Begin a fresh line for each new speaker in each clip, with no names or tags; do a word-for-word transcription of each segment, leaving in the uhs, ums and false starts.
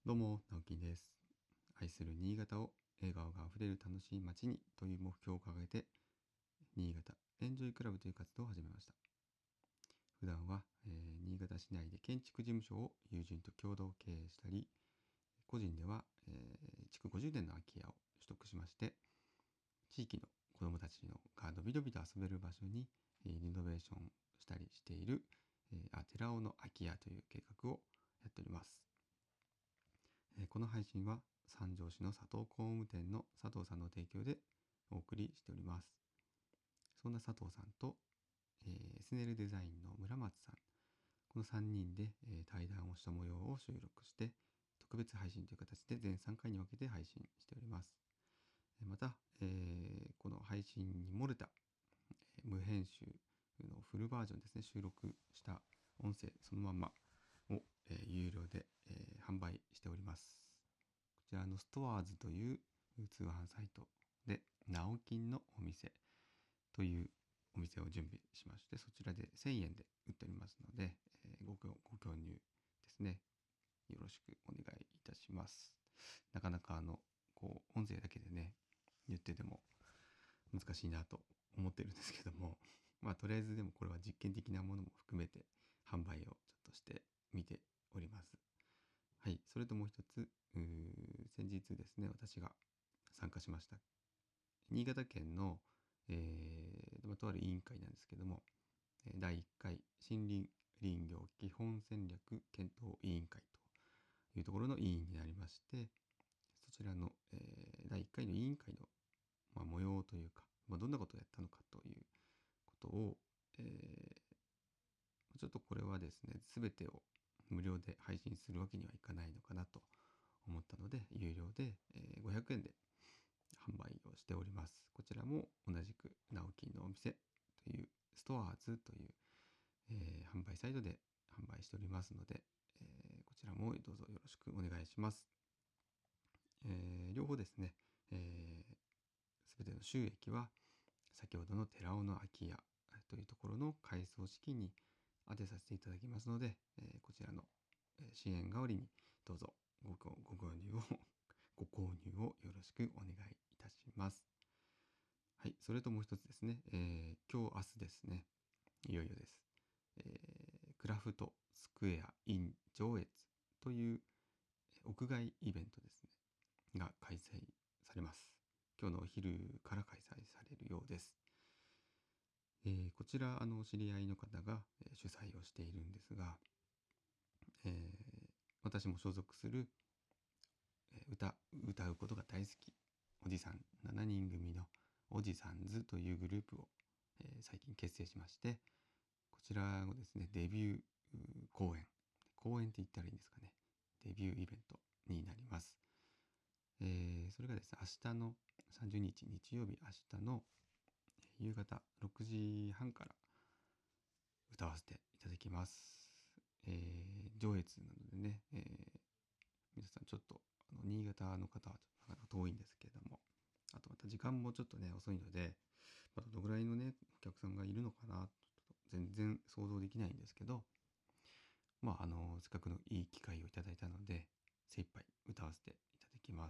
どうも、直樹です。愛する新潟を笑顔があふれる楽しい街にという目標を掲げて、新潟エンジョイクラブという活動を始めました。普段は、えー新潟市内で建築事務所を友人と共同経営したり、個人では、えー築ごじゅうねんの空き家を取得しまして、地域の子どもたちのがのびのびと遊べる場所に、えーリノベーションしたりしている、えー、あ寺尾の空き家という計画をやっております。えーこの配信は三条市の佐藤工務店の佐藤さんの提供でお送りしております。そんな佐藤さんと、えー、エスネルデザインの村松さん、このさんにんで、えー対談をした模様を収録して特別配信という形で全さんかいに分けて配信しております。また、えーこの配信に漏れた、えー無編集のフルバージョンですね、収録した音声そのままを、えー有料で、えー販売しております。こちらのストアーズという通販サイトで、ナオキンのお店というお店を準備しまして、そちらでせんえんで売っておりますので、えーごご購入ですね、よろしくお願いいたします。なかなかあのこう音声だけでね言ってても難しいなと思ってるんですけども、まあとりあえずでもこれは実験的なものも含めて販売をちょっとしてみております。はい、それともう一つ、うー先日ですね、私が参加しました新潟県の、えーまあとある委員会なんですけども、えーだいいっかい森林林業基本戦略検討委員会というところの委員になりまして、そちらの、えーだいいっかいの委員会の、まあ、模様というか、まあ、どんなことをやったのかということを、えーちょっとこれはですね、全てを無料で配信するわけにはいかないのかなと思ったので、有料で、えーごひゃくえんで販売をしております。こちらも同じくナオキンのお店というストアーズという、えー販売サイトで販売しておりますので、えーこちらもどうぞよろしくお願いします。えー両方ですね、えー、全ての収益は先ほどの寺尾の空き家というところの改装資金に充てさせていただきますので、えーこちらの支援代わりにどうぞごご購入をご購入をよろしくお願いいたします。はい、それともう一つですね、えー今日明日ですね、いよいよです。えークラフトスクエア in 上越という屋外イベントですね、が開催されます。今日のお昼から開催されるようです。えーこちらあの知り合いの方が、えー主催をしているんですが、えー私も所属する、えー歌歌うことが大好きおじさんしちにん組のおじさんずというグループを、えー最近結成しまして、こちらをですね、デビュー公演公演って言ったらいいんですかね、デビューイベントになります。えーそれがですね、明日のさんじゅうにち日曜日、明日の夕方ろくじはんから歌わせていただきます。えー上越なのでね、えー皆さんちょっとあの新潟の方はなかなか遠いんですけれども、あとまた時間もちょっとね遅いので、またどのぐらいのねお客さんがいるのかなと全然想像できないんですけど、まああのせっかくのいい機会をいただいたので精一杯歌わせていただきます。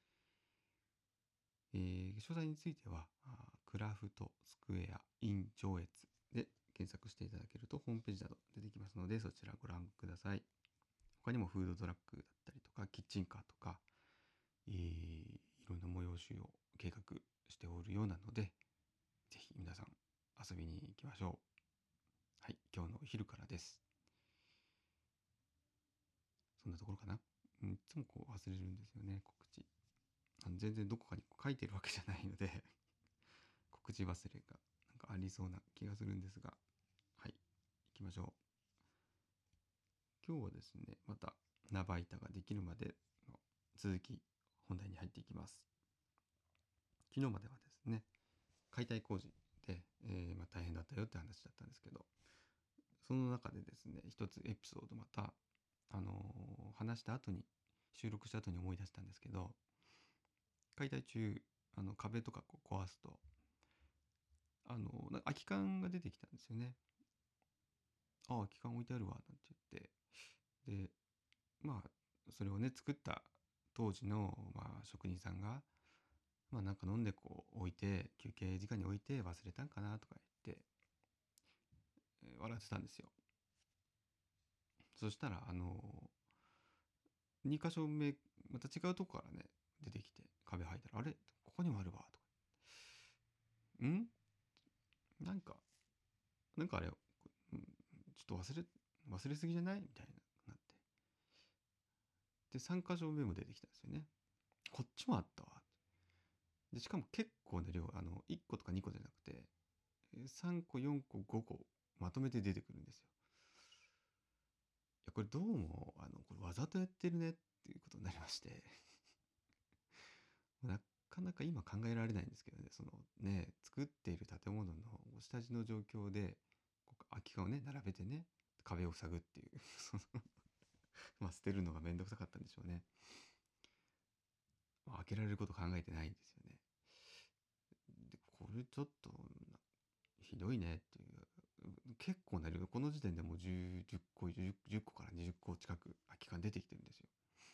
えー詳細についてはクラフトスクエア in 上越で検索していただけるとホームページなど出てきますので、そちらご覧ください。他にもフードトラックだったりとかキッチンカーとか、えーいろんな催しを計画しておるようなので、ぜひ皆さん遊びに行きましょう。はい、今日のお昼からです。そんなところかな。うんいつもこう忘れるんですよね、告知。あの全然どこかに書いてるわけじゃないので告知忘れがなんかありそうな気がするんですが、はい、行きましょう。今日はですね、またナバ板ができるまでの続き、本題に入っていきます。昨日まではですね、解体工事で、えーまあ、大変だったよって話だったんですけど、その中でですね、一つエピソードまた、あのー話した後に収録した後に思い出したんですけど、解体中あの壁とかこう壊すと、あのー空き缶が出てきたんですよね。ああ、空き缶置いてあるわなんて言って、でまあそれをね作った当時の、まあ、職人さんが、まあ、なんか飲んでこう置いて休憩時間に置いて忘れたんかなとか言って、えー笑ってたんですよ。そしたらあのに箇所目また違うとこからね出てきて壁剥いたら、あれここにもあるわとか、んなんかなんかあれ、うんちょっと忘れ忘れすぎじゃないみたいななって、でさん箇所目も出てきたんですよね。こっちもあったわ。でしかも結構な量、あのいっことかにこじゃなくてさんこよんこごこまとめて出てくるんですよ。いやこれどうもあのこれわざとやってるねっていうことになりまして、なかなか今考えられないんですけどね、そのね作っている建物の下地の状況でこう空き缶をね並べてね壁を塞ぐっていうそのまあ捨てるのがめんどくさかったんでしょうね。まあ、開けられること考えてないんですよね。でこれちょっとひどいねっていう、結構な量、この時点でもう 10, 10個じゅう 10, 個からにじゅっこ近く空き缶出てきてるんですよ。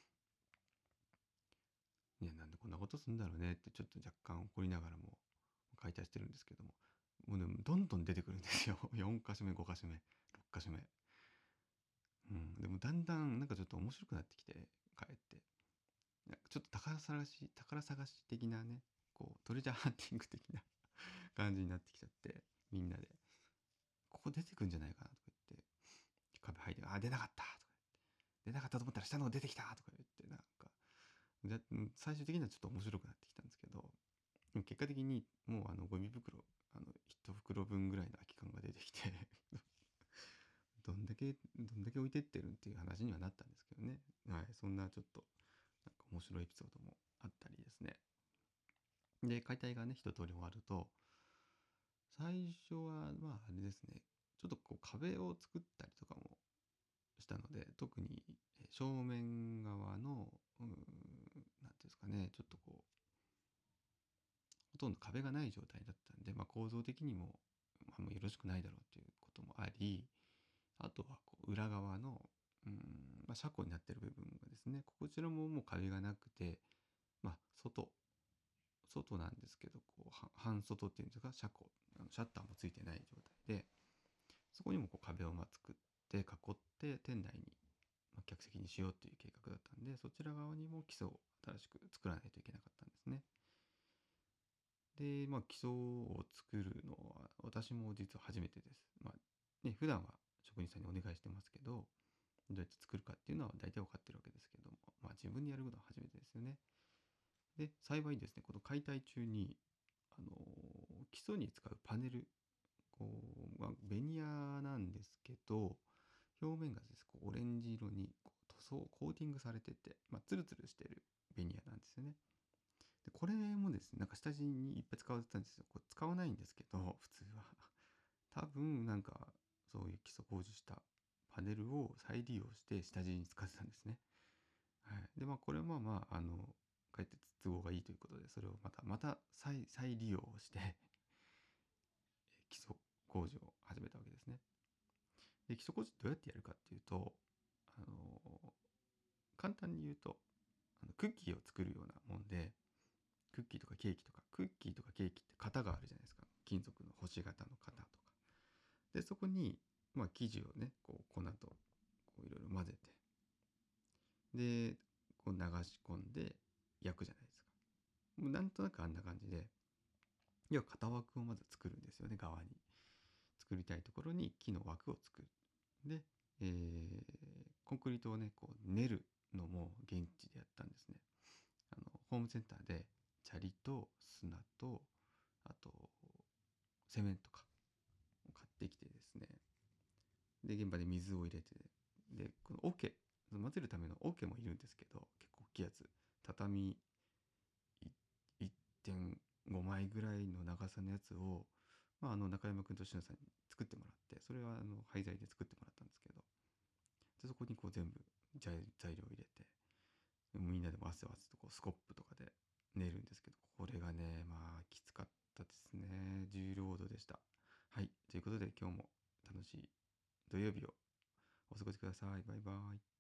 いやなんでこんなことすんだろうねってちょっと若干怒りながらも解体してるんですけども、もうねどんどん出てくるんですよよん箇所目ご箇所目ろっ箇所目。うん、でもだんだんなんかちょっと面白くなってきて、帰ってなんかちょっと宝探し宝探し的なね、こうトレジャーハンティング的な感じになってきちゃって、みんなでここ出てくんじゃないかなとか言って壁剥いて、あ出なかったとか言って、出なかったと思ったら下の方出てきたとか言って、なんかじゃ最終的にはちょっと面白くなってきたんですけど、でも結果的にもうあのゴミ袋あのいち袋分ぐらいの空き缶が出てきてどんだけどんだけ置いてってるっていう話にはなったんですけどね。はい、そんなちょっとなんか面白いエピソードもあったりですね。で解体がね一通り終わると、最初はまああれですね、ちょっとこう壁を作ったりとかもしたので、特に正面側のうーんなんていうんですかね、ちょっとこうほとんど壁がない状態だったんで、まあ、構造的にも、まあ、もうよろしくないだろうっていうこともあり、あとはこう裏側のうーん、まあ、車庫になってる部分がですね、こちらももう壁がなくて、まあ、外外なんですけど、こう半外っていうんですか、車庫あのシャッターもついてない状態で、そこにもこう壁をまあ作って囲って店内に、まあ、客席にしようっていう計画だったんで、そちら側にも基礎を新しく作らないといけなかったんですね。で、まあ、基礎を作るのは私も実は初めてです。まあね、普段は職人さんにお願いしてますけど、どうやって作るかっていうのは大体分かってるわけですけども、まあ、自分でやることは初めてですよね。で、幸いですね、この解体中に、あのー基礎に使うパネル、こう、まあ、ベニヤなんですけど、表面がですね、こうオレンジ色にこう塗装、コーティングされてて、まあ、ツルツルしてるベニヤなんですよね。で、これもですね、なんか下地にいっぱい使われてたんですよ。これ使わないんですけど、普通は。多分、なんか、そういう基礎工事したパネルを再利用して下地に使ってたんですね。はい。で、まあ、これはまあまあ、あの、かえって都合がいいということで、それをまた、また再、再利用して基礎工事を始めたわけですね。で、基礎工事どうやってやるかっていうと、あの、簡単に言うと、あのクッキーを作るようなもんで、クッキーとかケーキとか、クッキーとかケーキって型があるじゃないですか。金属の星型の型とか。で、そこに、まあ、生地をね、こう、粉と、こう、いろいろ混ぜて、で、こう流し込んで焼くじゃないですか。もうなんとなくあんな感じで、要は型枠をまず作るんですよね、側に。作りたいところに木の枠を作る。で、えー、コンクリートをね、こう練るのも現地でやったんですね。あの、ホームセンターで砂利と砂と、あと、セメントか、を買ってきてですね、で、現場で水を入れて、で、この桶、混ぜるための桶もいるんですけど、結構大きいやつ、畳いってんごまいぐらいの長さのやつを、まあ、あの中山くんと篠さんに作ってもらって、それはあの廃材で作ってもらったんですけど、でそこにこう全部材材料を入れて、みんなでも汗を汗とこうスコップとかで練るんですけど、これがね、まあきつかったですね。重労働でした。はい、ということで今日も楽しい土曜日をお過ごしください。バイバイ。